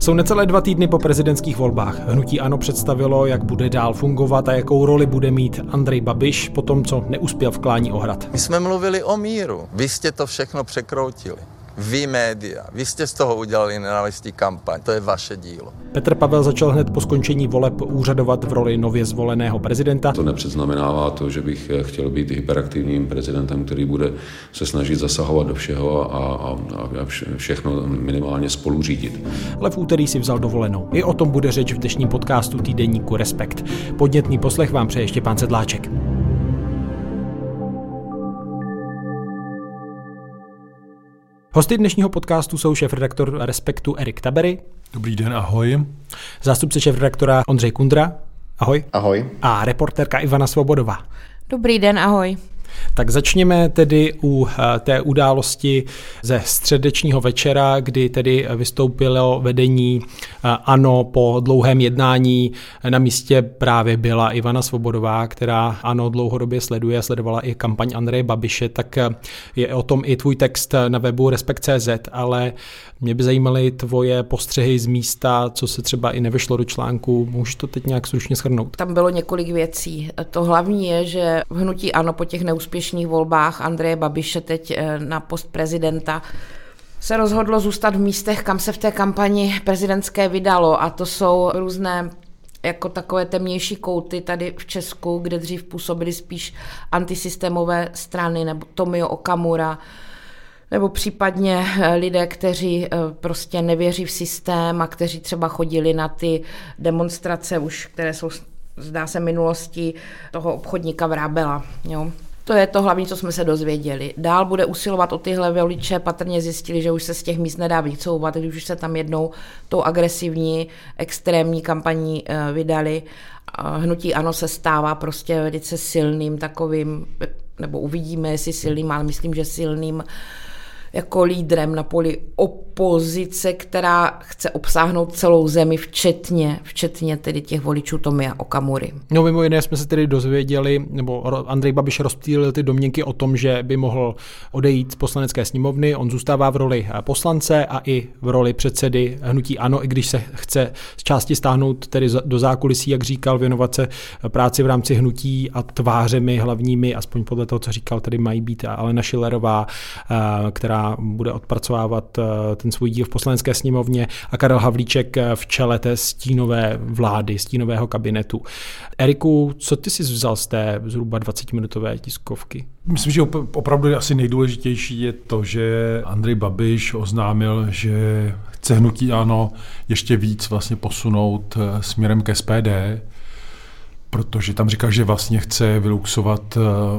Jsou necelé 2 týdny po prezidentských volbách. Hnutí ANO představilo, jak bude dál fungovat a jakou roli bude mít Andrej Babiš po tom, co neuspěl v klání Ohrad. My jsme mluvili o míru. Vy jste to všechno překroutili. Vy média, vy jste z toho udělali nenávistný kampaň, to je vaše dílo. Petr Pavel začal hned po skončení voleb úřadovat v roli nově zvoleného prezidenta. To nepředznamenává to, že bych chtěl být hyperaktivním prezidentem, který bude se snažit zasahovat do všeho a všechno minimálně spolu řídit. Ale v úterý si vzal dovolenou. I o tom bude řeč v dnešním podcastu týdeníku Respekt. Podnětný poslech vám přeje Štěpán Sedláček. Hosty dnešního podcastu jsou šéfredaktor Respektu Erik Tabery. Dobrý den, ahoj. Zástupce šéfredaktora Ondřej Kundra. Ahoj. Ahoj. A reportérka Ivana Svobodová. Dobrý den, ahoj. Tak začněme tedy u té události ze středečního večera, kdy tedy vystoupilo vedení ANO po dlouhém jednání. Na místě právě byla Ivana Svobodová, která ANO dlouhodobě sledovala i kampaň Andreje Babiše, tak je o tom i tvůj text na webu Respekt.cz, ale mě by zajímaly tvoje postřehy z místa, co se třeba i nevyšlo do článku. Můžeš to teď nějak stručně shrnout? Tam bylo několik věcí. To hlavní je, že v hnutí ANO po těch neúspěšných volbách Andreje Babiše teď na post prezidenta se rozhodlo zůstat v místech, kam se v té kampani prezidentské vydalo, a to jsou různé jako takové temnější kouty tady v Česku, kde dřív působily spíš antisystémové strany, nebo Tomio Okamura, nebo případně lidé, kteří prostě nevěří v systém a kteří třeba chodili na ty demonstrace už, které jsou, zdá se, minulostí toho obchodníka Vrábela. Jo. To je to hlavní, co jsme se dozvěděli. Dál bude usilovat o tyhle voliče, patrně zjistili, že už se z těch míst nedá vycouvat, když už se tam jednou tou agresivní, extrémní kampaní vydali. Hnutí ANO se stává prostě velice silným takovým, nebo uvidíme, jestli silným, ale myslím, že silným jako lídrem na poli opozice, která chce obsáhnout celou zemi, včetně tedy těch voličů Tomia Okamury. No mimo jiné jsme se tedy dozvěděli, nebo Andrej Babiš rozptýlil ty domněnky o tom, že by mohl odejít z poslanecké sněmovny. On zůstává v roli poslance a i v roli předsedy hnutí ANO, i když se chce z části stáhnout tedy do zákulisí, jak říkal, věnovat se práci v rámci hnutí, a tvářemi hlavními, aspoň podle toho, co říkal, tady mají být Alena Schillerová, která bude odpracovávat ten svůj díl v poslanecké sněmovně, a Karel Havlíček v čele té stínové vlády, stínového kabinetu. Eriku, co ty jsi vzal z té zhruba 20-minutové tiskovky? Myslím, že opravdu asi nejdůležitější je to, že Andrej Babiš oznámil, že chce hnutí ANO ještě víc vlastně posunout směrem k SPD, protože tam říkal, že vlastně chce vyluxovat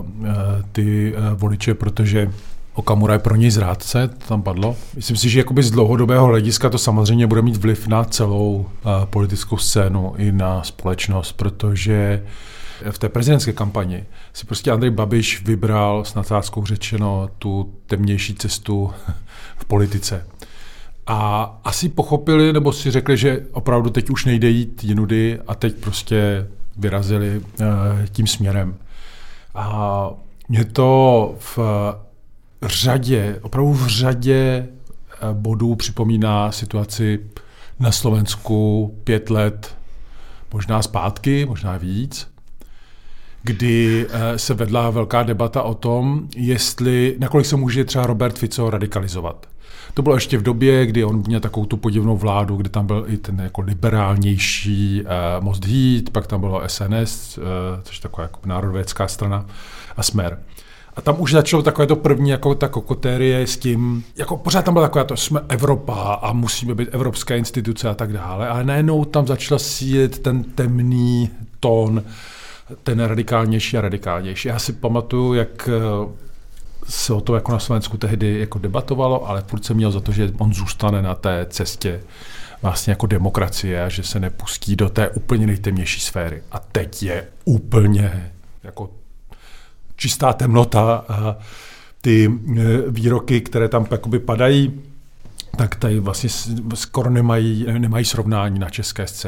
ty voliče, protože Okamura je pro něj zrádce, to tam padlo. Myslím si, že jakoby z dlouhodobého hlediska to samozřejmě bude mít vliv na celou politickou scénu i na společnost, protože v té prezidentské kampani si prostě Andrej Babiš vybral s nadsázkou řečeno tu temnější cestu v politice. A asi pochopili, nebo si řekli, že opravdu teď už nejde jít jinudy, a teď prostě vyrazili tím směrem. A mě to opravdu v řadě bodů připomíná situaci na Slovensku 5 let, možná zpátky, možná víc, kdy se vedla velká debata o tom, nakolik se může třeba Robert Fico radikalizovat. To bylo ještě v době, kdy on měl takovou tu podivnou vládu, kde tam byl i ten jako liberálnější Most Híd, pak tam bylo SNS, což je taková jako národověcká strana, a Smer. A tam už začalo takové to první, jako ta kokotérie s tím, jako pořád tam byla taková to, jsme Evropa a musíme být evropské instituce a tak dále, ale najednou tam začal sílit ten temný tón, ten radikálnější a radikálnější. Já si pamatuju, jak se o to jako na Slovensku tehdy jako debatovalo, ale furt jsem měl za to, že on zůstane na té cestě vlastně jako demokracie a že se nepustí do té úplně nejtemnější sféry. A teď je úplně jako čistá temnota a ty výroky, které tam jakoby padají, tak tady vlastně skoro nemají srovnání na české scéně.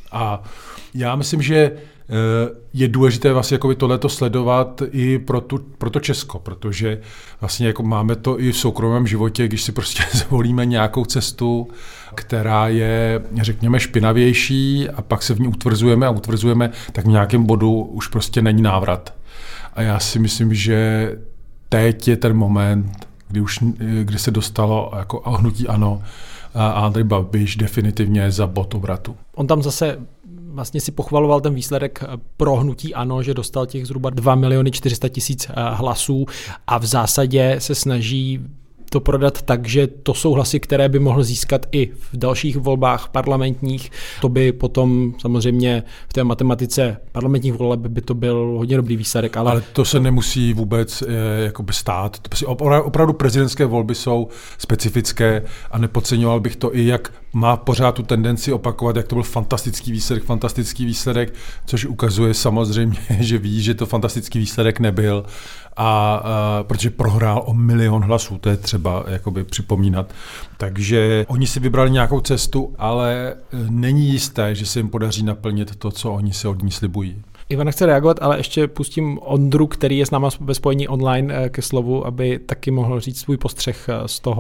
A já myslím, že je důležité vlastně jako tohleto sledovat i pro to Česko, protože vlastně jako máme to i v soukromém životě, když si prostě zvolíme nějakou cestu, která je, řekněme, špinavější a pak se v ní utvrzujeme, tak v nějakém bodu už prostě není návrat. A já si myslím, že teď je ten moment, kdy se dostalo jako hnutí ANO a Andrej Babiš definitivně za bod obratu. On tam zase vlastně si pochvaloval ten výsledek pro hnutí ANO, že dostal těch zhruba 2 400 000 hlasů a v zásadě se snaží to prodat tak, že to jsou hlasy, které by mohl získat i v dalších volbách parlamentních. To by potom samozřejmě v té matematice parlamentních voleb by to byl hodně dobrý výsledek. Ale to se nemusí vůbec jakoby stát. Opravdu prezidentské volby jsou specifické a nepodceňoval bych to i, jak má pořád tu tendenci opakovat, jak to byl fantastický výsledek, což ukazuje samozřejmě, že ví, že to fantastický výsledek nebyl. A protože prohrál o 1 000 000 hlasů, to je třeba jakoby připomínat. Takže oni si vybrali nějakou cestu, ale není jisté, že se jim podaří naplnit to, co oni se od ní slibují. Ivana chce reagovat, ale ještě pustím Ondru, který je s náma ve spojení online ke slovu, aby taky mohl říct svůj postřeh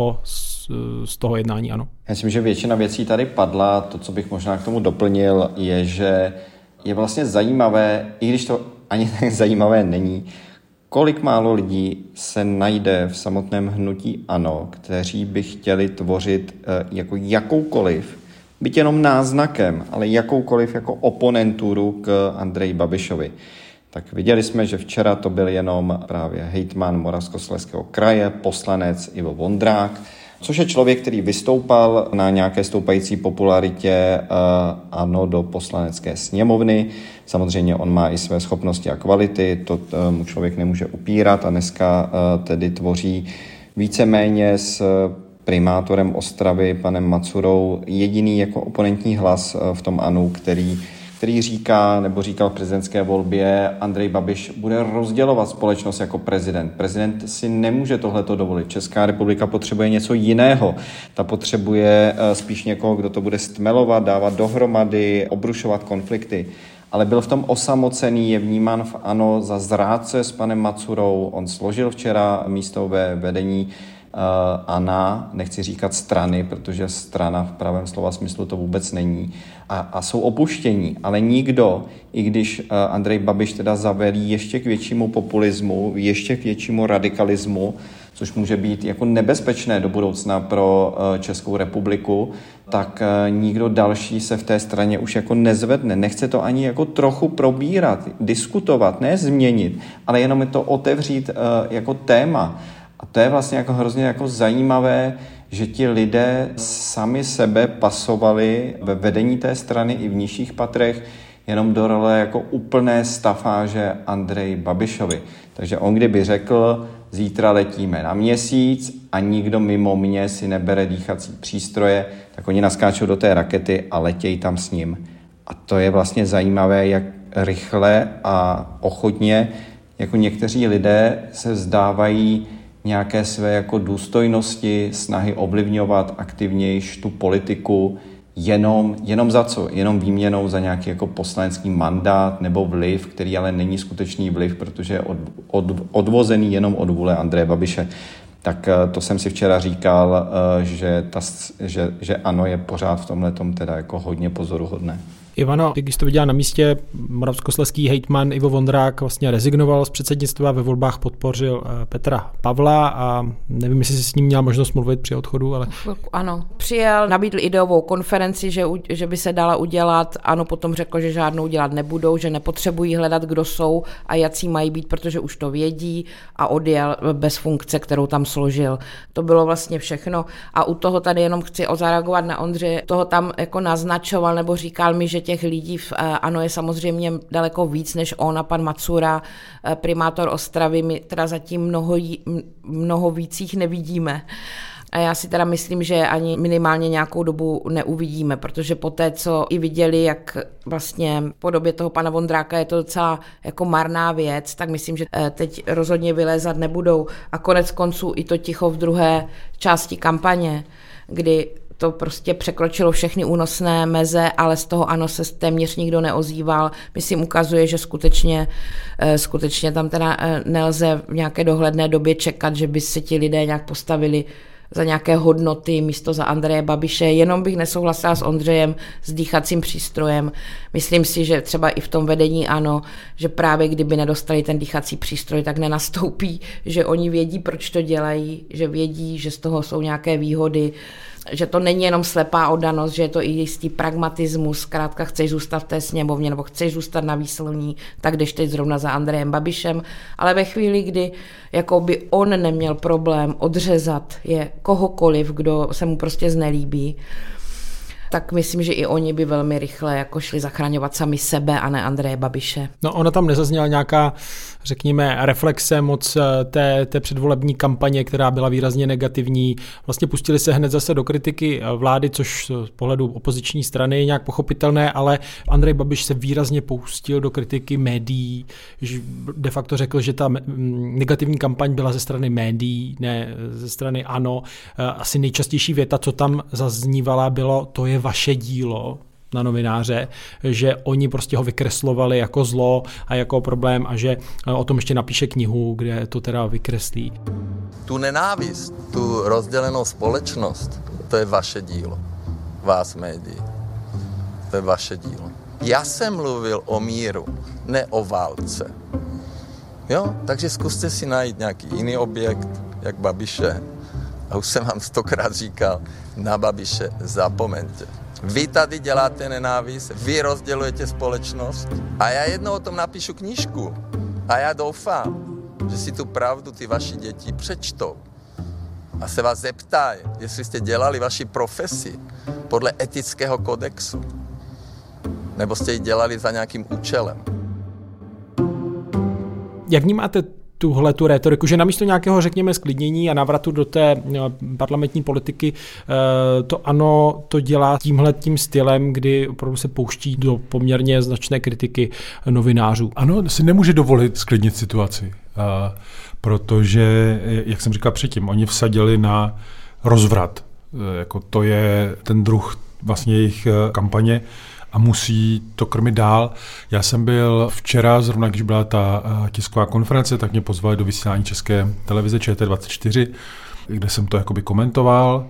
z toho jednání, ano. Já myslím, že většina věcí tady padla. To, co bych možná k tomu doplnil, je, že je vlastně zajímavé, i když to ani tak zajímavé není, kolik málo lidí se najde v samotném hnutí ANO, kteří by chtěli tvořit jako jakoukoliv, byť jenom náznakem, ale jakoukoliv jako oponenturu k Andreji Babišovi. Tak viděli jsme, že včera to byl jenom právě hejtman Moravskoslezského kraje, poslanec Ivo Vondrák, což je člověk, který vystoupal na nějaké stoupající popularitě ANO do poslanecké sněmovny. Samozřejmě on má i své schopnosti a kvality, to mu člověk nemůže upírat a dneska tedy tvoří víceméně s primátorem Ostravy, panem Macurou, jediný jako oponentní hlas v tom ANO, který říká, nebo říkal v prezidentské volbě, Andrej Babiš bude rozdělovat společnost jako prezident. Prezident si nemůže tohleto dovolit. Česká republika potřebuje něco jiného. Ta potřebuje spíš někoho, kdo to bude stmelovat, dávat dohromady, obrušovat konflikty. Ale byl v tom osamocený, je vnímán v ANO za zrádce s panem Macurou. On složil včera místo ve vedení ANO, nechci říkat strany, protože strana v pravém slova smyslu to vůbec není, a jsou opuštění, ale nikdo, i když Andrej Babiš teda zavelí ještě k většímu populismu, ještě k většímu radikalismu, což může být jako nebezpečné do budoucna pro Českou republiku, tak nikdo další se v té straně už jako nezvedne. Nechce to ani jako trochu probírat, diskutovat, ne změnit, ale jenom to otevřít jako téma. A to je vlastně jako hrozně jako zajímavé, že ti lidé sami sebe pasovali ve vedení té strany i v nižších patrech jenom do role jako úplné stafáže Andreji Babišovi. Takže on kdyby řekl, zítra letíme na Měsíc a nikdo mimo mě si nebere dýchací přístroje, tak oni naskáčou do té rakety a letějí tam s ním. A to je vlastně zajímavé, jak rychle a ochotně jako někteří lidé se vzdávají nějaké své jako důstojnosti, snahy ovlivňovat aktivnějš tu politiku, jenom za co? Jenom výměnou za nějaký jako poslanecký mandát nebo vliv, který ale není skutečný vliv, protože je odvozený jenom od vůle Andreje Babiše. Tak to jsem si včera říkal, že ANO je pořád v tomhletom teda jako hodně pozoruhodné. Ivano, když to viděla na místě, moravskoslezský hejtman Ivo Vondrák vlastně rezignoval z předsednictva, ve volbách podpořil Petra Pavla a nevím, jestli si s ním měla možnost mluvit při odchodu, ale... Ano, přijel, nabídl ideovou konferenci, že by se dala udělat, ano, potom řekl, že žádnou dělat nebudou, že nepotřebují hledat, kdo jsou a jací mají být, protože už to vědí, a odjel bez funkce, kterou tam složil. To bylo vlastně všechno a u toho tady jenom chci zareagovat na Ondře, toho tam jako naznačoval nebo říkal mi, že těch lidí v ANO je samozřejmě daleko víc než on a pan Macura, primátor Ostravy, my teda zatím mnoho víc jich nevidíme. A já si teda myslím, že ani minimálně nějakou dobu neuvidíme, protože poté, co i viděli, jak vlastně v podobě toho pana Vondráka je to docela jako marná věc, tak myslím, že teď rozhodně vylézat nebudou. A konec konců i to ticho v druhé části kampaně, kdy to prostě překročilo všechny únosné meze, ale z toho ANO se téměř nikdo neozýval. Myslím, ukazuje, že skutečně tam teda nelze v nějaké dohledné době čekat, že by se ti lidé nějak postavili za nějaké hodnoty místo za Andreje Babiše. Jenom bych nesouhlasila s Ondřejem s dýchacím přístrojem. Myslím si, že třeba i v tom vedení ANO, že právě kdyby nedostali ten dýchací přístroj, tak nenastoupí, že oni vědí, proč to dělají, že vědí, že z toho jsou nějaké výhody, že to není jenom slepá oddanost, že je to i jistý pragmatismus, zkrátka chceš zůstat v té sněmovně nebo chceš zůstat na výsluní, tak jdeš teď zrovna za Andrejem Babišem, ale ve chvíli, kdy jakoby on neměl problém odřezat je kohokoliv, kdo se mu prostě znelíbí, tak myslím, že i oni by velmi rychle jako šli zachraňovat sami sebe a ne Andreje Babiše. No ona tam nezazněla nějaká, řekněme, reflexe moc té předvolební kampaně, která byla výrazně negativní. Vlastně pustili se hned zase do kritiky vlády, což z pohledu opoziční strany je nějak pochopitelné, ale Andrej Babiš se výrazně pustil do kritiky médií, že de facto řekl, že ta negativní kampaň byla ze strany médií, ne ze strany ANO. Asi nejčastější věta, co tam zaznívala, bylo, to je vaše dílo na novináře, že oni prostě ho vykreslovali jako zlo a jako problém a že o tom ještě napíše knihu, kde to teda vykreslí. Tu nenávist, tu rozdělenou společnost, to je vaše dílo. Vás médií. To je vaše dílo. Já jsem mluvil o míru, ne o válce. Jo, takže zkuste si najít nějaký jiný objekt, jak Babiše. A už jsem vám 100krát říkal, na Babiše zapomeňte. Vy tady děláte nenávist, vy rozdělujete společnost a já jednou o tom napíšu knížku. A já doufám, že si tu pravdu ty vaši děti přečtou a se vás zeptají, jestli jste dělali vaši profesi podle etického kodexu, nebo jste ji dělali za nějakým účelem. Jak vnímáte tu rétoriku, že namísto nějakého, řekněme, sklidnění a návratu do té parlamentní politiky, to ANO to dělá tím stylem, kdy opravdu se pouští do poměrně značné kritiky novinářů? ANO si nemůže dovolit sklidnit situaci, protože, jak jsem říkal předtím, oni vsadili na rozvrat. Jako to je ten druh vlastně jejich kampaně, a musí to krmit dál. Já jsem byl včera, zrovna když byla ta tisková konference, tak mě pozvali do vysílání České televize ČT24, kde jsem to jakoby komentoval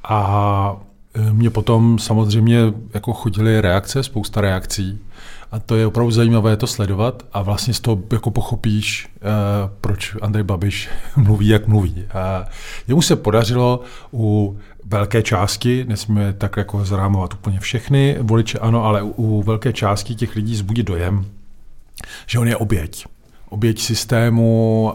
a mě potom samozřejmě jako chodily reakce, spousta reakcí a to je opravdu zajímavé to sledovat a vlastně z toho jako pochopíš, proč Andrej Babiš mluví, jak mluví. Jemu se podařilo u velké části, nesmíme tak jako zrámovat úplně všechny voliče, ano, ale u velké části těch lidí zbudí dojem, že on je oběť. Oběť systému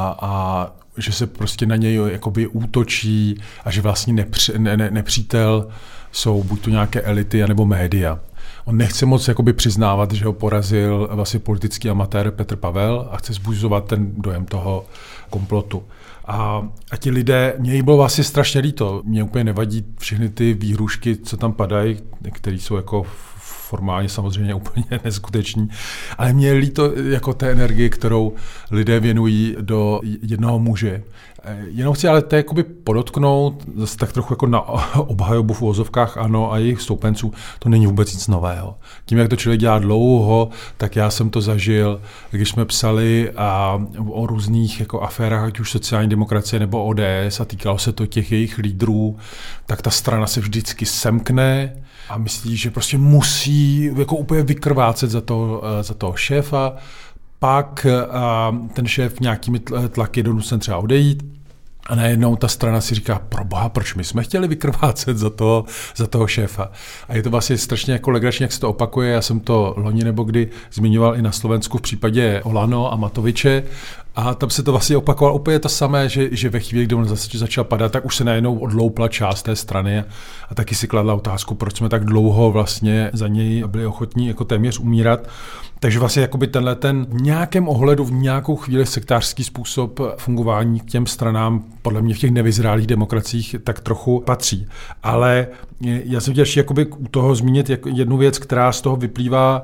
a že se prostě na něj jakoby útočí a že vlastně nepřítel jsou buď to nějaké elity, anebo média. On nechce moc jakoby přiznávat, že ho porazil vlastně politický amatér Petr Pavel a chce zbuzovat ten dojem toho komplotu. A ti lidé, mě jí bylo vlastně strašně líto. Mě úplně nevadí všechny ty výhrušky, co tam padají, které jsou jako formálně samozřejmě úplně neskuteční, ale mě je líto jako té energie, kterou lidé věnují do jednoho muže. Jenom chci ale to jakoby podotknout, zase tak trochu jako na obhajobu v uvozovkách ANO a jejich stoupenců, to není vůbec nic nového. Tím, jak to člověk dělá dlouho, tak já jsem to zažil, když jsme psali o různých jako aférách, ať už sociální demokracie nebo ODS a týkalo se to těch jejich lídrů, tak ta strana se vždycky semkne a myslí, že prostě musí jako úplně vykrvácet za toho šéfa, pak ten šéf nějakými tlaky donucen třeba odejít a najednou ta strana si říká, proboha, proč my jsme chtěli vykrvácet za toho šéfa. A je to vlastně strašně jako legračně, jak se to opakuje. Já jsem to loni nebo kdy zmiňoval i na Slovensku v případě Olano a Matoviče. A tam se to vlastně opakovalo úplně to samé, že ve chvíli, kdy on začal padat, tak už se najednou odloupla část té strany a taky si kladla otázku, proč jsme tak dlouho vlastně za něj byli ochotní jako téměř umírat. Takže vlastně jakoby tenhle ten v nějakém ohledu, v nějakou chvíli sektářský způsob fungování k těm stranám, podle mě v těch nevyzrálých demokraciích, tak trochu patří. Ale já jsem chtěl ještě jakoby u toho zmínit jednu věc, která z toho vyplývá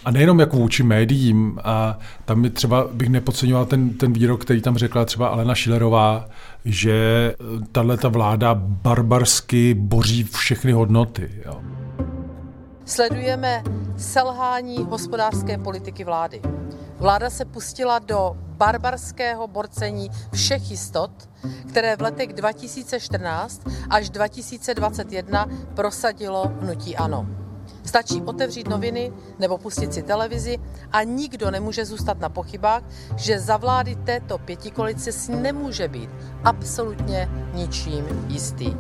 A nejenom jako vůči médiím, a tam třeba bych nepodceňoval ten výrok, který tam řekla třeba Alena Schillerová, že tato vláda barbarsky boří všechny hodnoty. Jo. Sledujeme selhání hospodářské politiky vlády. Vláda se pustila do barbarského borcení všech jistot, které v letech 2014 až 2021 prosadilo hnutí ANO. Stačí otevřít noviny nebo pustit si televizi a nikdo nemůže zůstat na pochybách, že za vlády této pětikoalice si nemůže být absolutně ničím jistý.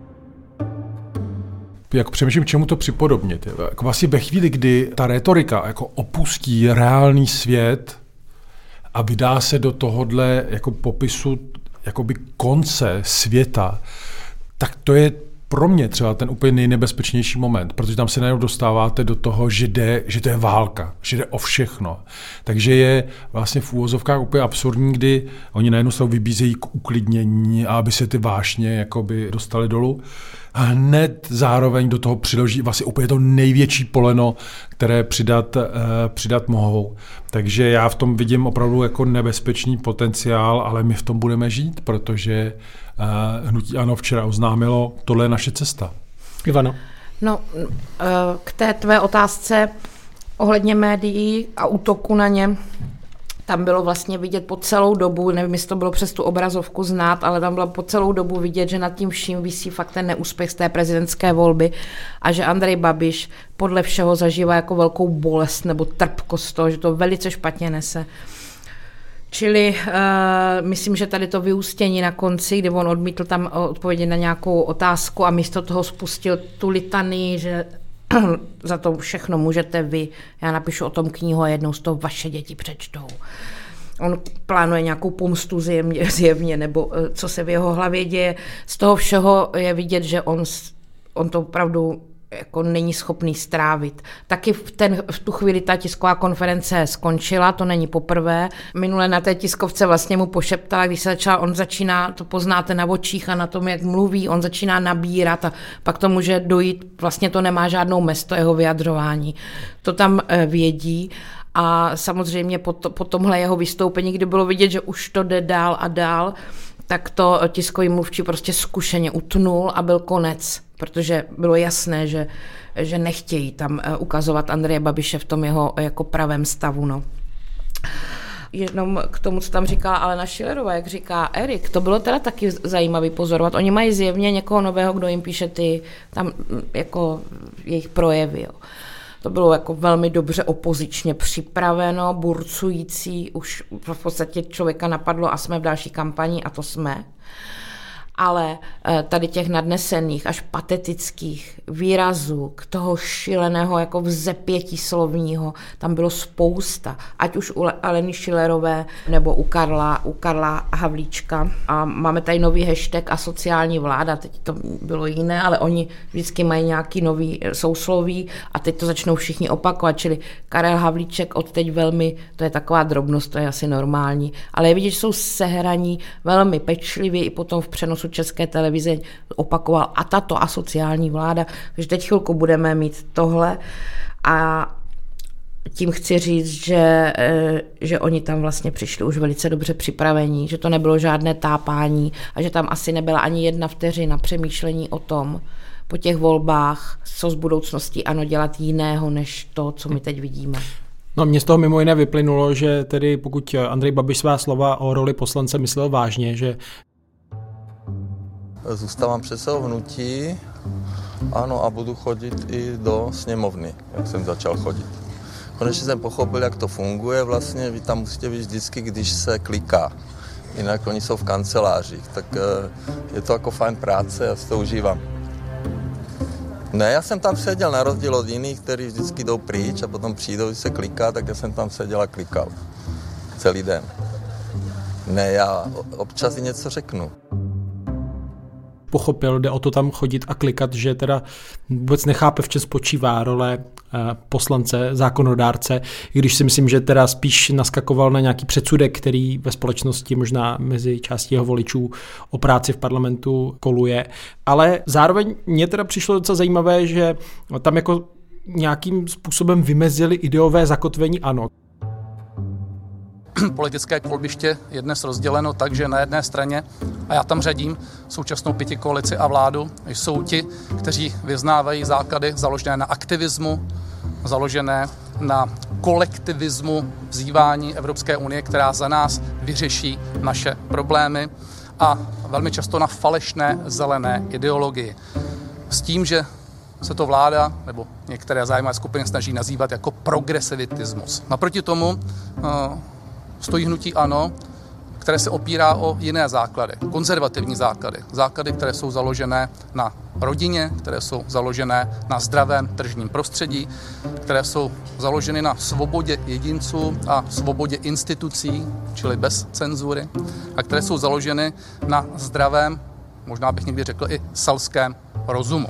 Jako přemýšlím, čemu to připodobnit. Jako vlastně ve chvíli, kdy ta retorika jako opustí reálný svět a vydá se do tohodle jako popisu jakoby konce světa, tak to je pro mě třeba ten úplně nejnebezpečnější moment, protože tam se najednou dostáváte do toho, že to je válka, že jde o všechno. Takže je vlastně v úvozovkách úplně absurdní, kdy oni najednou se vybízejí k uklidnění a aby se ty vášně jakoby dostaly dolů. A hned zároveň do toho přiloží vlastně úplně to největší poleno, které přidat mohou. Takže já v tom vidím opravdu jako nebezpečný potenciál, ale my v tom budeme žít, protože hnutí ANO včera oznámilo, tohle je naše cesta. Ivano. No, k té tvé otázce ohledně médií a útoku na ně, tam bylo vlastně vidět po celou dobu, nevím, jestli to bylo přes tu obrazovku znát, ale tam bylo po celou dobu vidět, že nad tím vším visí fakt ten neúspěch z té prezidentské volby a že Andrej Babiš podle všeho zažívá jako velkou bolest nebo trpkost toho, že to velice špatně nese. Čili myslím, že tady to vyústění na konci, kdy on odmítl tam odpovědět na nějakou otázku a místo toho spustil tu litanii, že za to všechno můžete vy. Já napíšu o tom knihu a jednou z toho vaše děti přečtou. On plánuje nějakou pomstu zjevně, nebo co se v jeho hlavě děje. Z toho všeho je vidět, že on to opravdu jako není schopný strávit. Taky v tu chvíli ta tisková konference skončila, to není poprvé. Minule na té tiskovce vlastně mu pošeptala, když se on začíná, to poznáte na očích a na tom, jak mluví, on začíná nabírat a pak to může dojít, vlastně to nemá žádnou mez, to jeho vyjadřování. To tam vědí. A samozřejmě po tomhle jeho vystoupení, kdy bylo vidět, že už to jde dál a dál, tak to tiskový mluvčí prostě zkušeně utnul a byl konec, protože bylo jasné, že nechtějí tam ukazovat Andreje Babiše v tom jeho jako pravém stavu. No. Jenom k tomu, co tam říká Alena Schillerová, jak říká Erik, to bylo teda taky zajímavý pozorovat. Oni mají zjevně někoho nového, kdo jim píše ty tam jako jejich projevy. Jo. To bylo jako velmi dobře opozičně připraveno, burcující, už v podstatě člověka napadlo a jsme v další kampani a to jsme. Ale tady těch nadnesených až patetických výrazů, k toho šíleného jako vzepětí slovního, tam bylo spousta. Ať už u Aleny Schillerové nebo u Karla Havlíčka. A máme tady nový hashtag asociální vláda, teď to bylo jiné, ale oni vždycky mají nějaký nový sousloví a teď to začnou všichni opakovat. Čili Karel Havlíček odteď velmi, to je taková drobnost, to je asi normální, ale je vidět, že jsou sehraní velmi pečlivě i potom v přenosu České televize opakoval a tato asociální vláda, takže teď chvilku budeme mít tohle a tím chci říct, že oni tam vlastně přišli už velice dobře připravení, že to nebylo žádné tápání a že tam asi nebyla ani jedna vteřina přemýšlení o tom po těch volbách, co z budoucností ANO dělat jiného, než to, co my teď vidíme. No, mně z toho mimo jiné vyplynulo, že tedy pokud Andrej Babiš svá slova o roli poslance myslel vážně, že zůstávám předsedou hnutí, ano, a budu chodit i do sněmovny, jak jsem začal chodit. Konečně jsem pochopil, jak to funguje, vlastně vy tam musíte být vždycky, když se kliká. Jinak oni jsou v kancelářích, tak je to jako fajn práce, já si to užívám. Ne, já jsem tam seděl na rozdíl od jiných, kteří vždycky jdou pryč a potom přijdou, když se kliká, tak já jsem tam seděl a klikal. Celý den. Ne, já občas i něco řeknu. Pochopil, jde o to tam chodit a klikat, že teda vůbec nechápe, v čem spočívá role poslance, zákonodárce, i když si myslím, že teda spíš naskakoval na nějaký předsudek, který ve společnosti možná mezi částí jeho voličů o práci v parlamentu koluje. Ale zároveň mně teda přišlo docela zajímavé, že tam jako nějakým způsobem vymezili ideové zakotvení ANO. Politické kolbiště je dnes rozděleno tak, že na jedné straně, a já tam řadím současnou pětikoalici a vládu, jsou ti, kteří vyznávají základy založené na aktivismu, založené na kolektivismu vzývání Evropské unie, která za nás vyřeší naše problémy, a velmi často na falešné zelené ideologii. S tím, že se to vláda nebo některé zájmové skupiny snaží nazývat jako progresivitismus. Naproti tomu stojí hnutí ANO, které se opírá o jiné základy, konzervativní základy. Základy, které jsou založené na rodině, které jsou založené na zdravém tržním prostředí, které jsou založeny na svobodě jedinců a svobodě institucí, čili bez cenzury, a které jsou založeny na zdravém, možná bych někdy řekl i selském rozumu.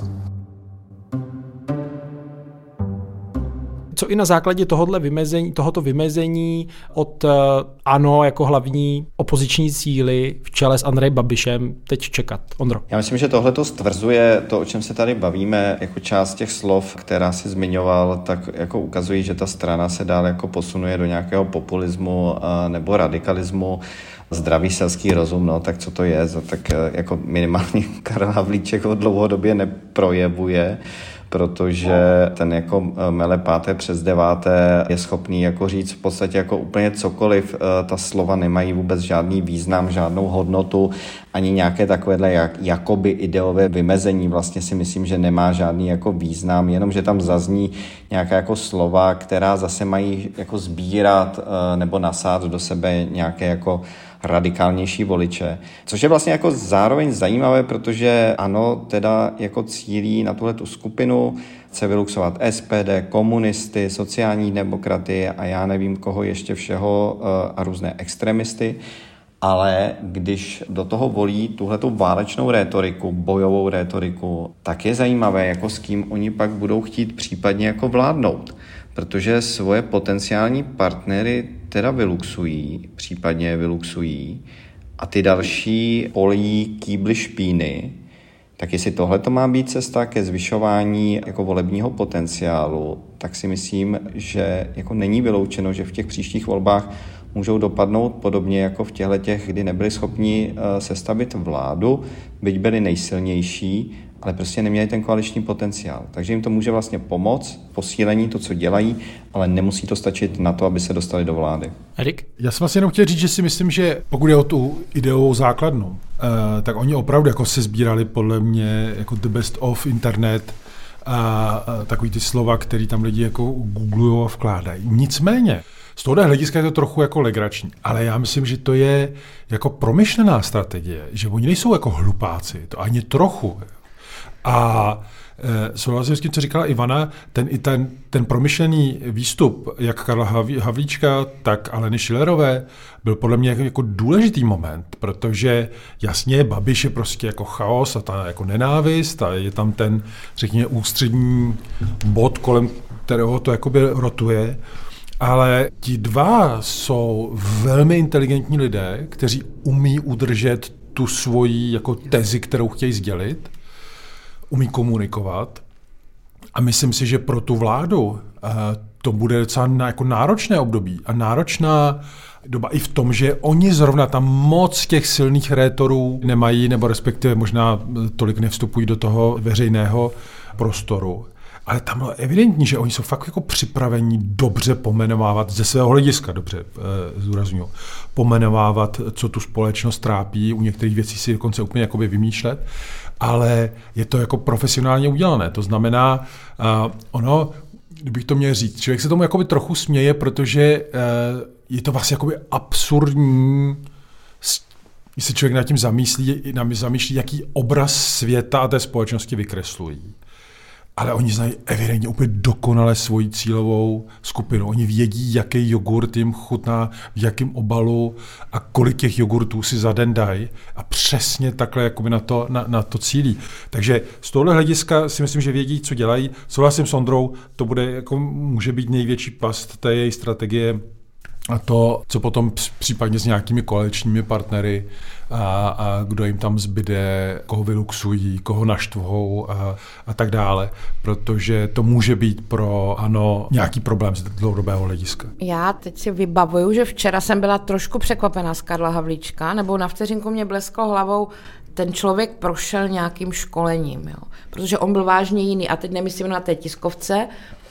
Co i na základě tohoto vymezení od ANO jako hlavní opoziční síly v čele s Andrejem Babišem teď čekat? Ondro. Já myslím, že tohle to stvrzuje to, o čem se tady bavíme, jako část těch slov, která si zmiňoval, tak jako ukazují, že ta strana se dál jako posunuje do nějakého populismu nebo radikalismu. Zdravý selský rozum, no tak co to je? Tak jako minimálně Karel Havlíček ho dlouhodobě neprojevuje, protože ten jako mele páté přes deváté je schopný jako říct v podstatě jako úplně cokoliv. Ta slova nemají vůbec žádný význam, žádnou hodnotu, ani nějaké takovéhle jakoby ideové vymezení vlastně si myslím, že nemá žádný jako význam, jenom že tam zazní nějaká jako slova, která zase mají jako sbírat nebo nasát do sebe nějaké jako radikálnější voliče. Což je vlastně jako zároveň zajímavé, protože ANO teda jako cílí na tuhletu skupinu, chce vyluxovat SPD, komunisty, sociální demokraty a já nevím koho ještě všeho a různé extremisty, ale když do toho volí tuhletu válečnou rétoriku, bojovou rétoriku, tak je zajímavé, jako s kým oni pak budou chtít případně jako vládnout. Protože svoje potenciální partnery teda vyluxují, případně vyluxují, a ty další polí kýbly špíny, tak jestli tohle to má být cesta ke zvyšování jako volebního potenciálu, tak si myslím, že jako není vyloučeno, že v těch příštích volbách můžou dopadnout podobně jako v těchto, kdy nebyli schopni sestavit vládu, byť byli nejsilnější, ale prostě neměli ten koaliční potenciál. Takže jim to může vlastně pomoct, posílení to, co dělají, ale nemusí to stačit na to, aby se dostali do vlády. Erik? Já jsem vlastně jenom chtěl říct, že si myslím, že pokud je o tu ideovou základnu, tak oni opravdu jako se sbírali podle mě jako the best of internet a takový ty slova, který tam lidi jako googlujou a vkládají. Nicméně, z tohohle hlediska je to trochu jako legrační, ale já myslím, že to je jako promyšlená strategie, že oni nejsou jako hlupáci, to ani trochu. A souhlasím s tím, co říkala Ivana, ten promyšlený výstup, jak Karla Havlíčka, tak Aleny Schillerové, byl podle mě jako důležitý moment, protože jasně Babiš je prostě jako chaos a ta jako nenávist a je tam ten, řekněme, ústřední bod, kolem kterého to jakoby rotuje, ale ti dva jsou velmi inteligentní lidé, kteří umí udržet tu svoji jako tezi, kterou chtějí sdělit, umí komunikovat a myslím si, že pro tu vládu to bude docela jako náročné období a náročná doba i v tom, že oni zrovna tam moc těch silných rétorů nemají, nebo respektive možná tolik nevstupují do toho veřejného prostoru. Ale tam bylo evidentní, že oni jsou fakt jako připraveni dobře pomenovávat, ze svého hlediska dobře zdůrazňuji, pomenovávat, co tu společnost trápí, u některých věcí si dokonce úplně jakoby vymýšlet, ale je to jako profesionálně udělané. To znamená, ono, kdybych to měl říct, člověk se tomu jakoby trochu směje, protože je to vlastně jakoby absurdní, když se člověk nad tím zamýšlí, jaký obraz světa a té společnosti vykreslují. Ale oni znají evidentně úplně dokonale svoji cílovou skupinu. Oni vědí, jaký jogurt jim chutná, v jakém obalu a kolik těch jogurtů si za den dají a přesně takhle jakoby na to cílí. Takže z tohohle hlediska si myslím, že vědí, co dělají. Souhlasím s Ondrou, to bude, jako, může být největší past té její strategie A to, co potom případně s nějakými koaličními partnery a kdo jim tam zbyde, koho vyluxují, koho naštvou a tak dále, protože to může být pro ANO nějaký problém z dlouhodobého hlediska. Já teď si vybavuju, že včera jsem byla trošku překvapená z Karla Havlíčka, nebo na vteřinku mě blesklo hlavou, ten člověk prošel nějakým školením, jo? Protože on byl vážně jiný a teď nemyslím na té tiskovce,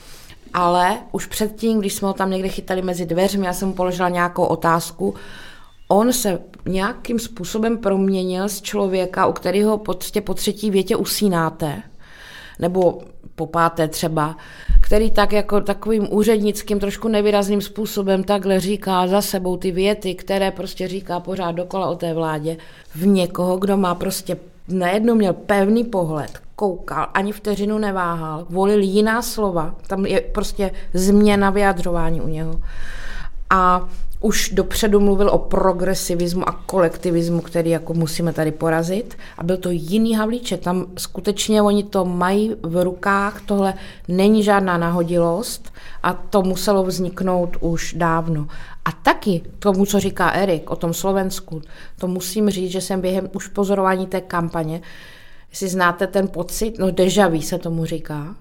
ale už předtím, když jsme ho tam někde chytali mezi dveřmi, já jsem mu položila nějakou otázku, on se nějakým způsobem proměnil z člověka, u kterého prostě po třetí větě usínáte, nebo po páté třeba, který tak jako takovým úřednickým, trošku nevýrazným způsobem takhle říká za sebou ty věty, které prostě říká pořád dokola o té vládě, v někoho, kdo má prostě najednou měl pevný pohled, koukal, ani vteřinu neváhal, volil jiná slova, tam je prostě změna vyjadřování u něho. A už dopředu mluvil o progresivismu a kolektivismu, který jako musíme tady porazit. A byl to jiný Havlíček. Tam skutečně oni to mají v rukách, tohle není žádná nahodilost a to muselo vzniknout už dávno. A taky tomu, co říká Erik o tom Slovensku, to musím říct, že jsem během už pozorování té kampaně, jestli znáte ten pocit, no déjà vu se tomu říká.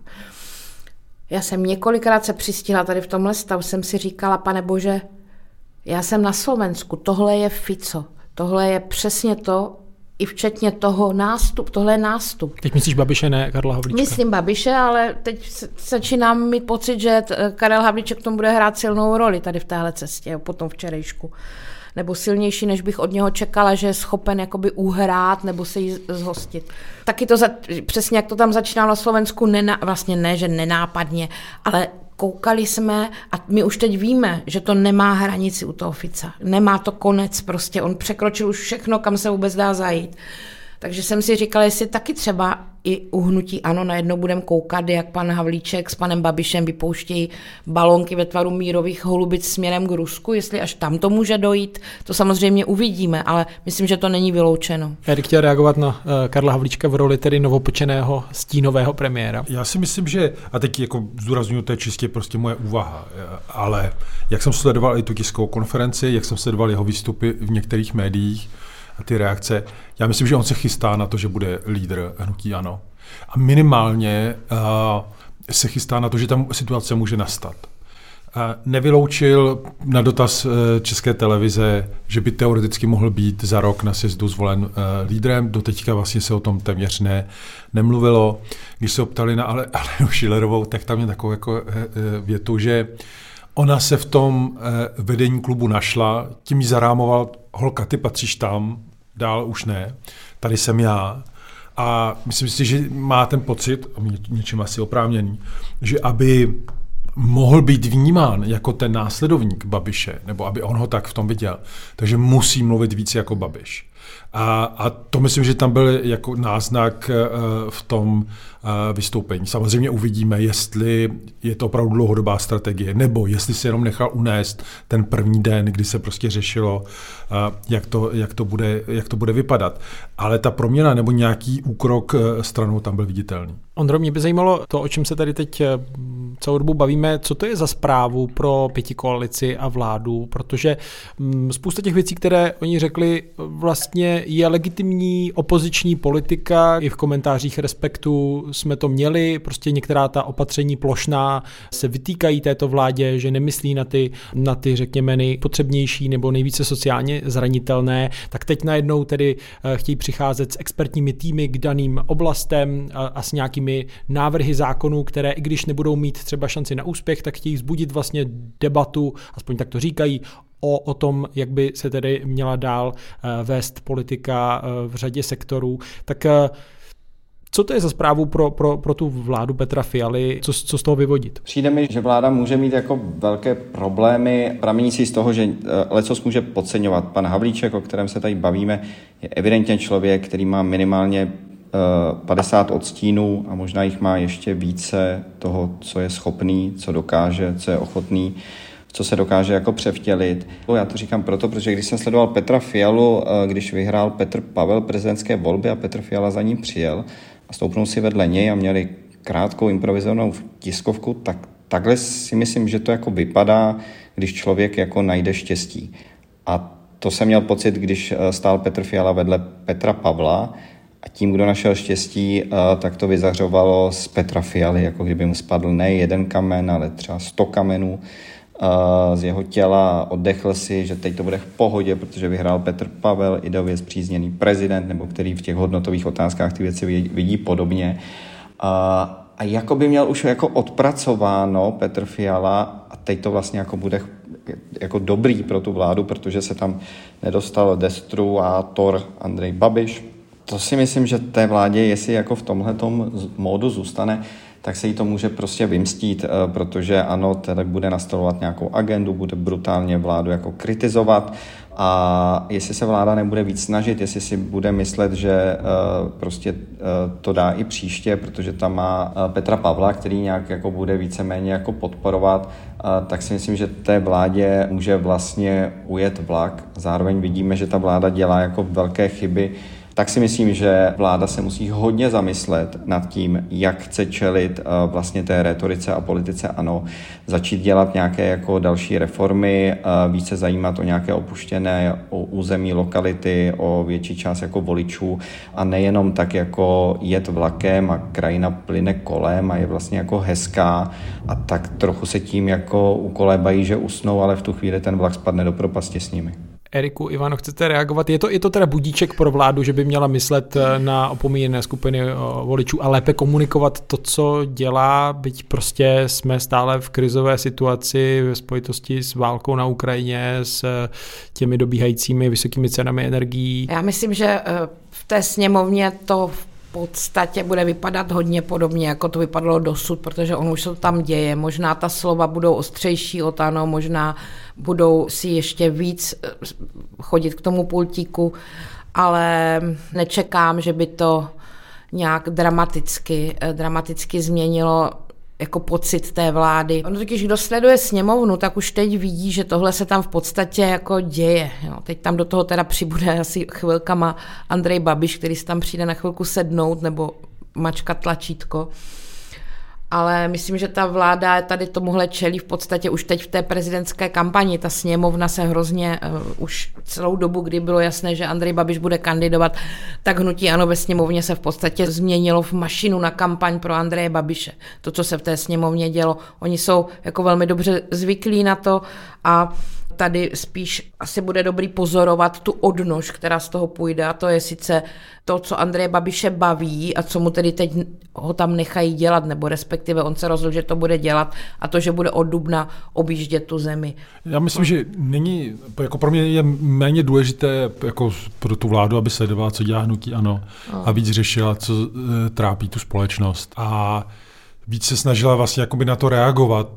Já jsem několikrát se přistihla tady v tomhle stavu, jsem si říkala, pane bože, já jsem na Slovensku, tohle je Fico, tohle je přesně to, i včetně toho nástup, tohle je nástup. Teď myslíš Babiše, ne Karla Havlíčka? Myslím Babiše, ale teď začínám mít pocit, že Karel Havlíček tomu bude hrát silnou roli tady v téhle cestě, po tom včerejšku. Nebo silnější, než bych od něho čekala, že je schopen jakoby uhrát nebo se jí zhostit. Taky to přesně, jak to tam začínalo na Slovensku, vlastně ne, že nenápadně, ale koukali jsme a my už teď víme, že to nemá hranici u toho Fica. Nemá to konec prostě, on překročil už všechno, kam se vůbec dá zajít. Takže jsem si říkala, jestli taky třeba i u hnutí ANO najednou budeme koukat, jak pan Havlíček s panem Babišem vypouštějí balónky ve tvaru mírových holubic směrem k Rusku, jestli až tam to může dojít, to samozřejmě uvidíme, ale myslím, že to není vyloučeno. Erik chtěl reagovat na Karla Havlíčka v roli tedy novopečeného stínového premiéra. Já si myslím, že, a teď jako zdůraznuju, to je čistě prostě moje úvaha, ale jak jsem sledoval i tu tiskovou konferenci, jak jsem sledoval jeho výstupy v některých médiích, a ty reakce. Já myslím, že on se chystá na to, že bude lídr hnutí ANO. A minimálně se chystá na to, že tam situace může nastat. Nevyloučil na dotaz České televize, že by teoreticky mohl být za rok na sjezdu zvolen lídrem. Doteďka vlastně se o tom téměř nemluvilo. Když se optali na Alenu Schillerovou, tak tam je takovou jako větu, že ona se v tom vedení klubu našla, tím jí zarámoval, holka, ty patříš tam, dál už ne, tady jsem já. A myslím si, že má ten pocit, něčím asi oprávněný, že aby mohl být vnímán jako ten následovník Babiše, nebo aby on ho tak v tom viděl, takže musí mluvit víc jako Babiš. A to myslím, že tam byl jako náznak v tom vystoupení. Samozřejmě uvidíme, jestli je to opravdu dlouhodobá strategie, nebo jestli se jenom nechal unést ten první den, kdy se prostě řešilo, jak to bude vypadat. Ale ta proměna nebo nějaký úkrok stranou tam byl viditelný. Ondro, mě by zajímalo to, o čem se tady teď celou dobu bavíme, co to je za zprávu pro pětikoalici a vládu, protože spousta těch věcí, které oni řekli, vlastně je legitimní opoziční politika. I v komentářích Respektu jsme to měli, prostě některá ta opatření plošná se vytýkají této vládě, že nemyslí na ty řekněme nejpotřebnější nebo nejvíce sociálně zranitelné, tak teď najednou tedy chtějí přicházet s expertními týmy k daným oblastem a s nějakými návrhy zákonů, které i když nebudou mít třeba šanci na úspěch, tak chtějí vzbudit vlastně debatu, aspoň tak to říkají, o tom, jak by se tedy měla dál vést politika v řadě sektorů. Tak co to je za zprávu pro tu vládu Petra Fialy? Co z toho vyvodit? Přijde mi, že vláda může mít jako velké problémy, pramenící z toho, že lecos může podceňovat. Pan Havlíček, o kterém se tady bavíme, je evidentně člověk, který má minimálně 50 odstínů a možná jich má ještě více toho, co je schopný, co dokáže, co je ochotný, co se dokáže jako převtělit. Já to říkám proto, protože když jsem sledoval Petra Fialu, když vyhrál Petr Pavel prezidentské volby a Petr Fiala za ním přijel a stoupnul si vedle něj a měli krátkou improvizovanou tiskovku, tak takhle si myslím, že to jako vypadá, když člověk jako najde štěstí. A to jsem měl pocit, když stál Petr Fiala vedle Petra Pavla a tím, kdo našel štěstí, tak to vyzařovalo z Petra Fialy, jako kdyby mu spadl ne jeden kamen, ale třeba 100 kamenů z jeho těla. Oddechl si, že teď to bude v pohodě, protože vyhrál Petr Pavel, ideově spřízněný prezident, nebo který v těch hodnotových otázkách ty věci vidí podobně. A jako by měl už jako odpracováno Petr Fiala a teď to vlastně jako bude jako dobrý pro tu vládu, protože se tam nedostal destruátor Andrej Babiš. To si myslím, že té vládě, jestli jako v tomhletom módu zůstane, tak se jí to může prostě vymstít, protože ano, tedy bude nastolovat nějakou agendu, bude brutálně vládu jako kritizovat a jestli se vláda nebude víc snažit, jestli si bude myslet, že prostě to dá i příště, protože tam má Petra Pavla, který nějak jako bude víceméně jako podporovat, tak si myslím, že té vládě může vlastně ujet vlak. Zároveň vidíme, že ta vláda dělá jako velké chyby. Tak si myslím, že vláda se musí hodně zamyslet nad tím, jak chce čelit vlastně té retorice a politice ANO, začít dělat nějaké jako další reformy, více zajímat o nějaké opuštěné území, lokality, o větší část jako voličů a nejenom tak jako jet vlakem a krajina plyne kolem a je vlastně jako hezká a tak trochu se tím jako ukolébají, že usnou, ale v tu chvíli ten vlak spadne do propasti s nimi. Eriku, Ivano, chcete reagovat? Je to teda budíček pro vládu, že by měla myslet na opomíjené skupiny voličů a lépe komunikovat to, co dělá, byť prostě jsme stále v krizové situaci ve spojitosti s válkou na Ukrajině, s těmi dobíhajícími vysokými cenami energií? Já myslím, že v té sněmovně to v podstatě bude vypadat hodně podobně, jako to vypadalo dosud, protože on už se to tam děje. Možná ta slova budou ostřejší od ANO, možná budou si ještě víc chodit k tomu pultíku, ale nečekám, že by to nějak dramaticky změnilo jako pocit té vlády. Ono totiž, kdo sleduje sněmovnu, tak už teď vidí, že tohle se tam v podstatě jako děje. Jo. Teď tam do toho teda přibude asi chvilkama Andrej Babiš, který si tam přijde na chvilku sednout nebo mačkat tlačítko. Ale myslím, že ta vláda tady tomuhle čelí v podstatě už teď v té prezidentské kampani. Ta sněmovna se hrozně už celou dobu, kdy bylo jasné, že Andrej Babiš bude kandidovat, tak hnutí ANO ve sněmovně se v podstatě změnilo v mašinu na kampaň pro Andreje Babiše. To, co se v té sněmovně dělo, oni jsou jako velmi dobře zvyklí na to a tady spíš asi bude dobrý pozorovat tu odnož, která z toho půjde, a to je sice to, co Andreje Babiše baví a co mu tedy teď ho tam nechají dělat, nebo respektive on se rozhodl, že to bude dělat, a to, že bude od dubna objíždět tu zemi. Já myslím, že není, jako pro mě je méně důležité jako pro tu vládu, aby sledovala, co dělá hnutí ANO a víc řešila, co trápí tu společnost. A víc se snažila vlastně jakoby na to reagovat.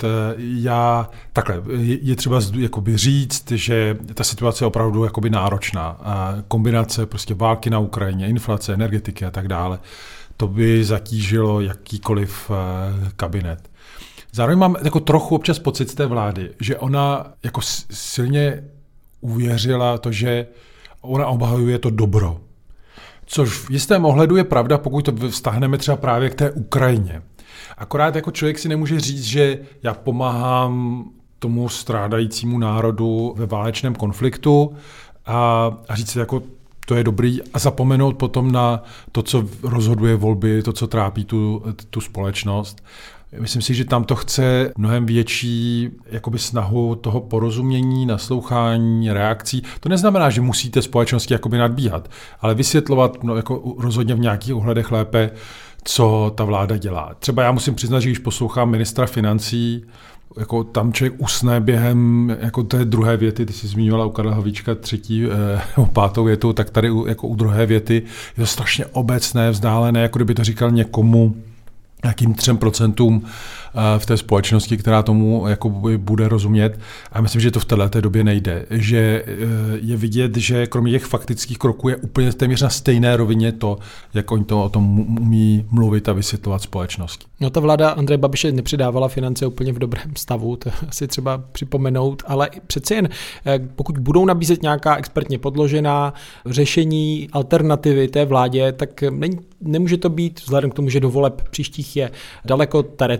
Je třeba jakoby říct, že ta situace je opravdu jakoby náročná. A kombinace prostě války na Ukrajině, inflace, energetiky a tak dále, to by zatížilo jakýkoliv kabinet. Zároveň mám jako trochu občas pocit z té vlády, že ona jako silně uvěřila to, že ona obhajuje to dobro. Což v jistém ohledu je pravda, pokud to vztahneme třeba právě k té Ukrajině. Akorát jako člověk si nemůže říct, že já pomáhám tomu strádajícímu národu ve válečném konfliktu a říct si, jako to je dobrý, a zapomenout potom na to, co rozhoduje volby, to, co trápí tu společnost. Myslím si, že tam to chce mnohem větší jakoby snahu toho porozumění, naslouchání, reakcí. To neznamená, že musíte společnosti jakoby nadbíhat, ale vysvětlovat jako rozhodně v nějakých ohledech lépe, co ta vláda dělá. Třeba já musím přiznat, že když poslouchám ministra financí, jako tam člověk usne během jako té druhé věty, ty jsi zmínila u Karla Havlíčka třetí pátou větu, tak tady jako u druhé věty je to strašně obecné, vzdálené, jako kdyby to říkal někomu, nějakým 3% v té společnosti, která tomu jako bude rozumět. A myslím, že to v této době nejde. Že je vidět, že kromě těch faktických kroků je úplně téměř na stejné rovině to, jak oni to o tom umí mluvit a vysvětlovat společnosti. No, ta vláda Andreje Babiše nepřidávala finance úplně v dobrém stavu, to asi třeba připomenout, ale přece jen pokud budou nabízet nějaká expertně podložená řešení, alternativy té vládě, tak nemůže to být, vzhledem k tomu, že do voleb příštích je daleko, ta retorika by se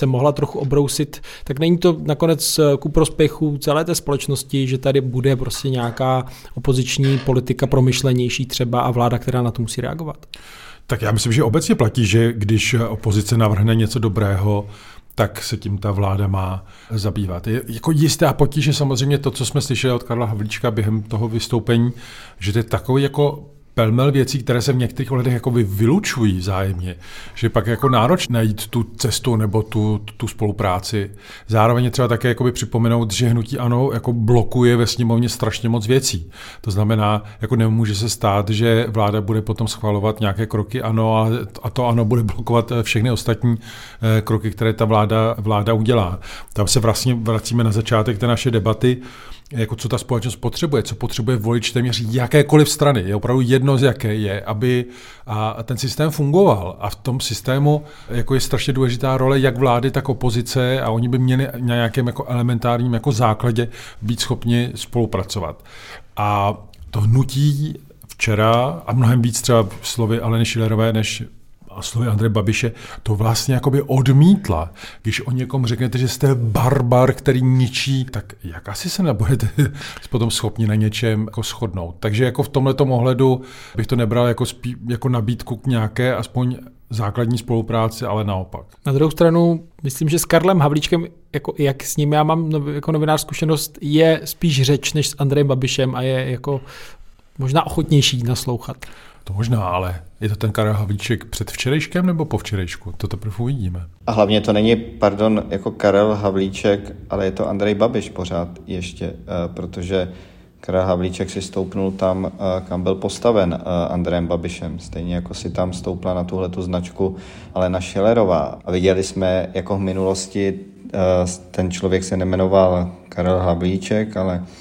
se mohla trochu obrousit, tak není to nakonec ku prospěchu celé té společnosti, že tady bude prostě nějaká opoziční politika promyšlenější třeba a vláda, která na to musí reagovat? Tak já myslím, že obecně platí, že když opozice navrhne něco dobrého, tak se tím ta vláda má zabývat. Je jako jistá potíže samozřejmě to, co jsme slyšeli od Karla Havlíčka během toho vystoupení, že to je takový jako pelmel věcí, které se v některých ohledech jako vylučují vzájemně, že pak jako náročné najít tu cestu nebo tu spolupráci. Zároveň je třeba také jakoby připomenout, že hnutí ANO jako blokuje ve sněmovně strašně moc věcí. To znamená, jako nemůže se stát, že vláda bude potom schvalovat nějaké kroky ANO a to ANO bude blokovat všechny ostatní kroky, které ta vláda udělá. Tam se vlastně vracíme na začátek té naše debaty, jako co ta společnost potřebuje, co potřebuje volič téměř jakékoliv strany. Je opravdu jedno, z jaké je, aby a ten systém fungoval. A v tom systému jako je strašně důležitá role jak vlády, tak opozice a oni by měli na nějakém jako elementárním jako základě být schopni spolupracovat. A to hnutí včera a mnohem víc třeba slovy Aleny Schillerové než a slovy Andreje Babiše to vlastně jakoby odmítla. Když o někom řeknete, že jste barbar, který ničí, tak jak asi se nebudete potom schopni na něčem jako shodnout. Takže jako v tomhletom ohledu bych to nebral jako nabídku k nějaké aspoň základní spolupráci, ale naopak. Na druhou stranu, myslím, že s Karlem Havlíčkem, jako jak s ním já mám jako novinář zkušenost, je spíš řeč než s Andrejem Babišem a je jako možná ochotnější naslouchat. To možná, ale je to ten Karel Havlíček před včerejškem nebo po včerejšku? To teprve uvidíme. A hlavně to není, jako Karel Havlíček, ale je to Andrej Babiš pořád ještě, protože Karel Havlíček si stoupnul tam, kam byl postaven Andrejem Babišem. Stejně jako si tam stoupla na tuhletu značku Alena Schillerová. A viděli jsme jako v minulosti, ten člověk se nejmenoval Karel Havlíček,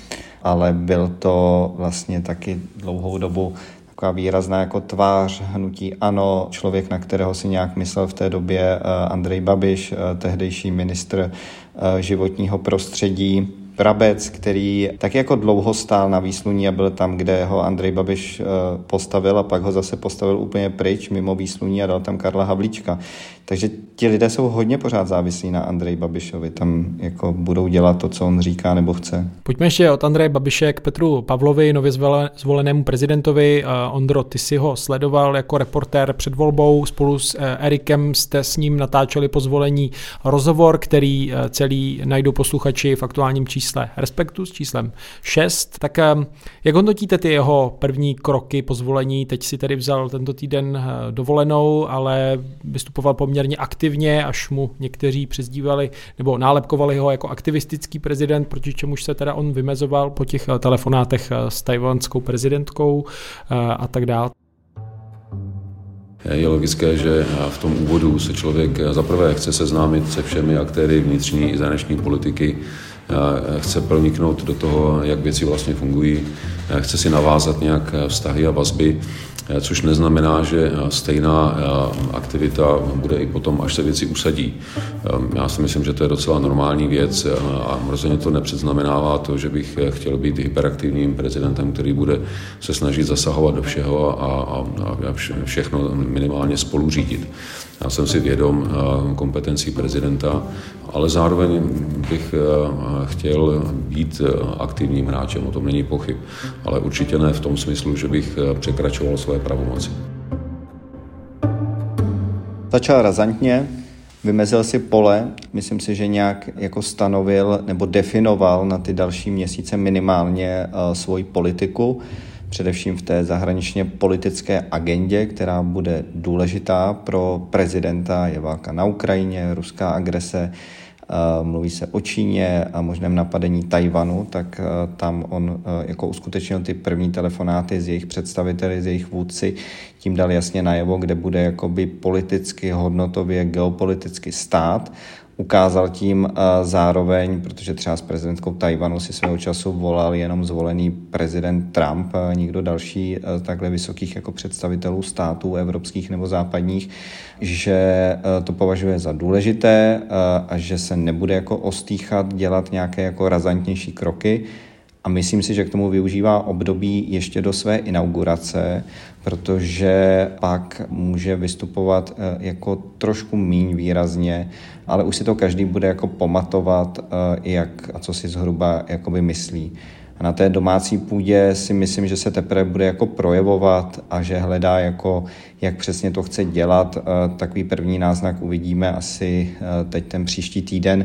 ale byl to vlastně taky dlouhou dobu taková výrazná jako tvář hnutí ANO, člověk, na kterého si nějak myslel v té době Andrej Babiš, tehdejší ministr životního prostředí, Brabec, který tak jako dlouho stál na výsluní a byl tam, kde ho Andrej Babiš postavil a pak ho zase postavil úplně pryč mimo výsluní a dal tam Karla Havlíčka. Takže ti lidé jsou hodně pořád závislí na Andreji Babišovi. Tam jako budou dělat to, co on říká nebo chce. Pojďme ještě od Andreje Babiše k Petru Pavlovi, nově zvolenému prezidentovi. Ondro, ty si ho sledoval jako reportér před volbou. Spolu s Erikem jste s ním natáčeli po zvolení rozhovor, který celý najdou posluchači v aktuálním čísle Respektu s číslem 6. Tak jak hodnotíte ty jeho první kroky po zvolení? Teď si tedy vzal tento týden dovolenou, ale vystupoval poměrně aktivně, až mu někteří přezdívali nebo nálepkovali ho jako aktivistický prezident, proti čemuž se teda on vymezoval po těch telefonátech s tajvanskou prezidentkou a tak dále. Je logické, že v tom úvodu se člověk zaprvé chce seznámit se všemi aktéry vnitřní i zahraniční politiky, chce proniknout do toho, jak věci vlastně fungují, chce si navázat nějak vztahy a vazby, což neznamená, že stejná aktivita bude i potom, až se věci usadí. Já si myslím, že to je docela normální věc a rozhodně to nepředznamenává to, že bych chtěl být hyperaktivním prezidentem, který bude se snažit zasahovat do všeho a všechno minimálně spoluřídit. Já jsem si vědom kompetencí prezidenta, ale zároveň bych chtěl být aktivním hráčem, o tom není pochyb, ale určitě ne v tom smyslu, že bych překračoval své pravomoci. Začal razantně, vymezil si pole, myslím si, že nějak jako stanovil nebo definoval na ty další měsíce minimálně svoji politiku, především v té zahraničně politické agendě, která bude důležitá pro prezidenta, je válka na Ukrajině, ruská agrese, mluví se o Číně a možném napadení Tajvanu, tak tam on jako uskutečnil ty první telefonáty s jejich představiteli, s jejich vůdci, tím dal jasně najevo, kde bude jakoby politicky, hodnotově, geopoliticky stát. Ukázal tím zároveň, protože třeba s prezidentkou Tajvanu si svého času volal jenom zvolený prezident Trump, nikdo další takhle vysokých jako představitelů států evropských nebo západních, že to považuje za důležité a že se nebude jako ostýchat dělat nějaké jako razantnější kroky. A myslím si, že k tomu využívá období ještě do své inaugurace, protože pak může vystupovat jako trošku míň výrazně, ale už si to každý bude jako pamatovat, jak a co si zhruba jakoby myslí. A na té domácí půdě si myslím, že se teprve bude jako projevovat a že hledá, jako, jak přesně to chce dělat. Takový první náznak uvidíme asi teď ten příští týden,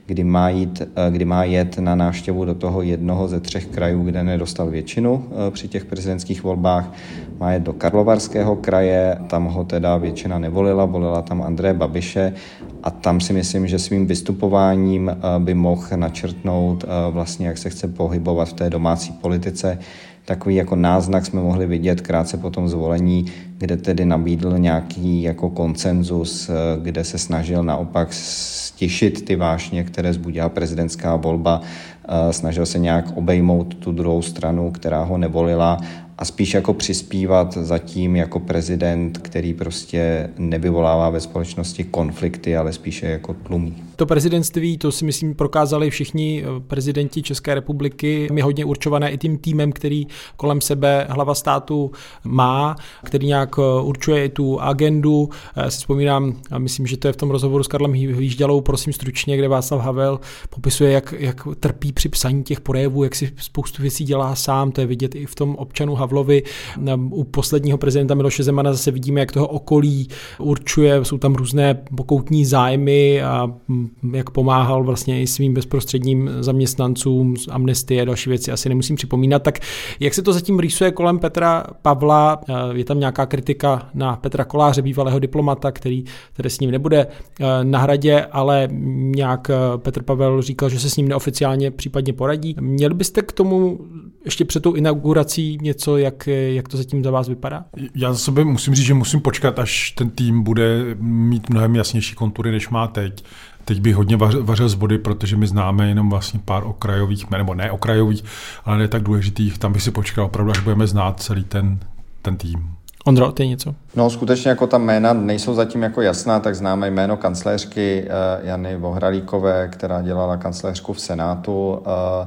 kdy má jet na návštěvu do toho jednoho ze 3 krajů, kde nedostal většinu při těch prezidentských volbách. Má jet do Karlovarského kraje, tam ho teda většina nevolila, volila tam Andreje Babiše a tam si myslím, že svým vystupováním by mohl načrtnout vlastně, jak se chce pohybovat v té domácí politice. Takový jako náznak jsme mohli vidět krátce po tom zvolení, kde tedy nabídl nějaký jako konsenzus, kde se snažil naopak stišit ty vášně, které vzbudila prezidentská volba, snažil se nějak obejmout tu druhou stranu, která ho nevolila a spíš jako přispívat zatím jako prezident, který prostě nevyvolává ve společnosti konflikty, ale spíše jako tlumí. To prezidentství, to si myslím prokázali všichni prezidenti České republiky, je hodně určované i tím týmem, který kolem sebe hlava státu má, který nějak určuje i tu agendu. Já si vzpomínám, a myslím, že to je v tom rozhovoru s Karlem Hvížďalou, prosím stručně, kde Václav Havel popisuje, jak trpí při psaní těch projevů, jak si spoustu věcí dělá sám, to je vidět i v tom občanu Havlovi. U posledního prezidenta Miloše Zemana zase vidíme, jak toho okolí určuje, jsou tam různé pokoutní zájmy a jak pomáhal vlastně i svým bezprostředním zaměstnancům z Amnestie a další věci, asi nemusím připomínat. Tak jak se to zatím rýsuje kolem Petra Pavla? Je tam nějaká kritika na Petra Koláře, bývalého diplomata, který s ním nebude na Hradě, ale nějak Petr Pavel říkal, že se s ním neoficiálně případně poradí. Měli byste k tomu ještě před tou inaugurací něco, jak to zatím za vás vypadá? Já za sebe musím říct, že musím počkat, až ten tým bude mít mnohem jasnější kontury, než má teď. Teď bych hodně vařil z vody, protože my známe jenom vlastně pár okrajových, nebo ne okrajových, ale ne tak důležitých. Tam bych si počkal opravdu, až budeme znát celý ten tým. Ondro, ty něco? No skutečně jako ta jména nejsou zatím jako jasná, tak známe jméno kancléřky Jany Vohralíkové, která dělala kancléřku v Senátu.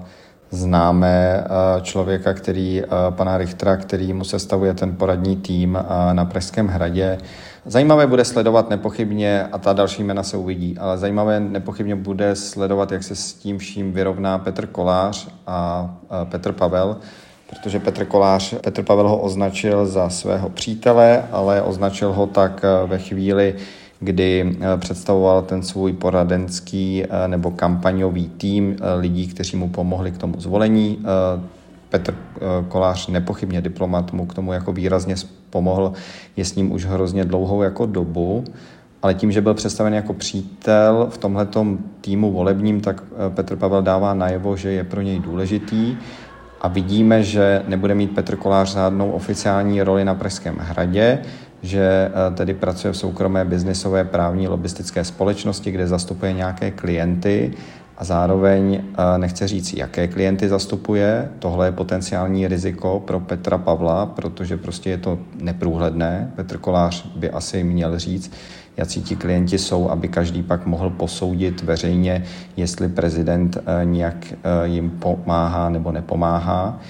Známe člověka, pana Richtera, který mu sestavuje ten poradní tým na Pražském hradě. Zajímavé bude sledovat nepochybně, a ta další jména se uvidí, ale zajímavé nepochybně bude sledovat, jak se s tím vším vyrovná Petr Kolář a Petr Pavel, protože Petr Pavel ho označil za svého přítele, ale označil ho tak ve chvíli, kdy představoval ten svůj poradenský nebo kampaňový tým lidí, kteří mu pomohli k tomu zvolení. Petr Kolář, nepochybně diplomat, mu k tomu jako výrazně pomohl, je s ním už hrozně dlouhou jako dobu, ale tím, že byl představen jako přítel v tomhletom týmu volebním, tak Petr Pavel dává najevo, že je pro něj důležitý a vidíme, že nebude mít Petr Kolář žádnou oficiální roli na Pražském hradě, že tedy pracuje v soukromé biznisové právní lobistické společnosti, kde zastupuje nějaké klienty a zároveň nechce říct, jaké klienty zastupuje. Tohle je potenciální riziko pro Petra Pavla, protože prostě je to neprůhledné. Petr Kolář by asi měl říct, jací ti klienti jsou, aby každý pak mohl posoudit veřejně, jestli prezident nějak jim pomáhá nebo nepomáhá.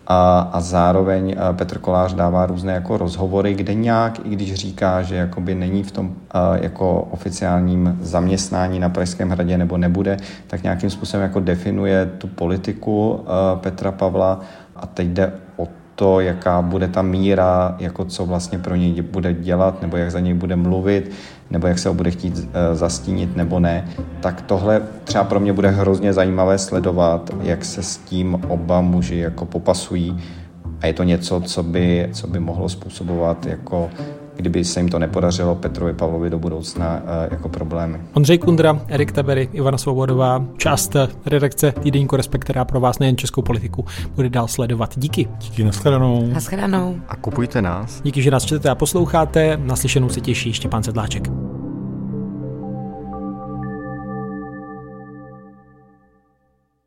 A zároveň Petr Kolář dává různé jako rozhovory, kde nějak, i když říká, že jakoby není v tom jako oficiálním zaměstnání na Pražském hradě nebo nebude, tak nějakým způsobem jako definuje tu politiku Petra Pavla a teď jde o to, jaká bude ta míra, jako co vlastně pro něj bude dělat, nebo jak za něj bude mluvit, nebo jak se ho bude chtít zastínit, nebo ne. Tak tohle třeba pro mě bude hrozně zajímavé sledovat, jak se s tím oba muži jako popasují. A je to něco, co by mohlo způsobovat, jako kdyby se jim to nepodařilo, Petrovi Pavlovi do budoucna jako problémy. Ondřej Kundra, Erik Tabery, Ivana Svobodová, část redakce týdeníku Respekt, která pro vás nejen českou politiku bude dál sledovat. Díky. Díky, nashledanou. Nashledanou. A kupujte nás. Díky, že nás čtete a posloucháte. Naslyšenou se těší Štěpán Sedláček.